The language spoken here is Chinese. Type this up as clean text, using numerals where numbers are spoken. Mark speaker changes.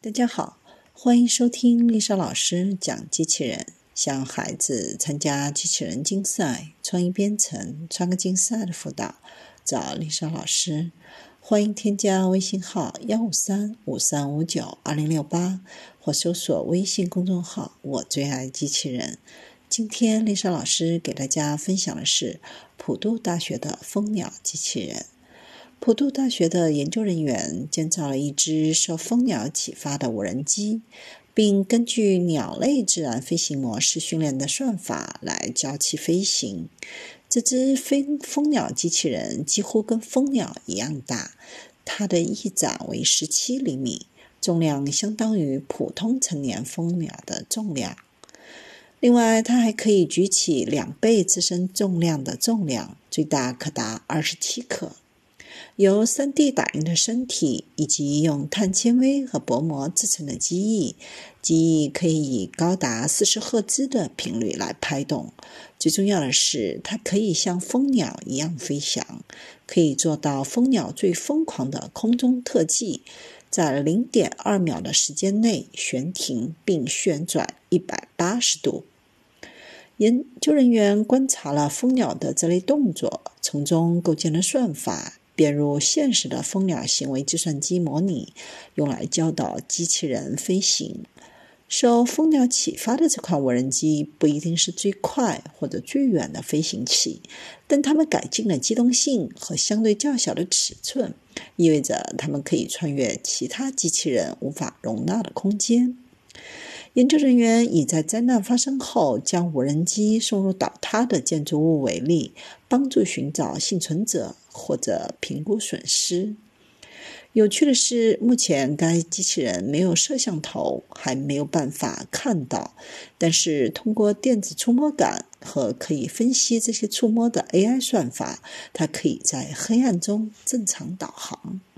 Speaker 1: 大家好，欢迎收听丽莎老师讲机器人。向孩子参加机器人竞赛、创意编程、创客竞赛的辅导，找丽莎老师。欢迎添加微信号15353592068，或搜索微信公众号我最爱机器人。今天丽莎老师给大家分享的是普渡大学的蜂鸟机器人。普渡大学的研究人员建造了一只受蜂鸟启发的无人机，并根据鸟类自然飞行模式训练的算法来教其飞行。这只蜂鸟机器人几乎跟蜂鸟一样大，它的翼展为17厘米，重量相当于普通成年蜂鸟的重量。另外，它还可以举起2倍自身重量的重量，最大可达27克。由 3D 打印的身体以及用碳纤维和薄膜制成的机翼可以以高达40赫兹的频率来拍动。最重要的是，它可以像蜂鸟一样飞翔，可以做到蜂鸟最疯狂的空中特技，在 0.2 秒的时间内悬停并旋转180度。研究人员观察了蜂鸟的这类动作，从中构建了算法，编入现实的蜂鸟行为计算机模拟，用来教导机器人飞行。受蜂鸟启发的这款无人机不一定是最快或者最远的飞行器，但它们改进了机动性和相对较小的尺寸，意味着它们可以穿越其他机器人无法容纳的空间。研究人员以在灾难发生后将无人机送入倒塌的建筑物为例，帮助寻找幸存者或者评估损失。有趣的是，目前该机器人没有摄像头，还没有办法看到，但是通过电子触摸感和可以分析这些触摸的 AI 算法，它可以在黑暗中正常导航。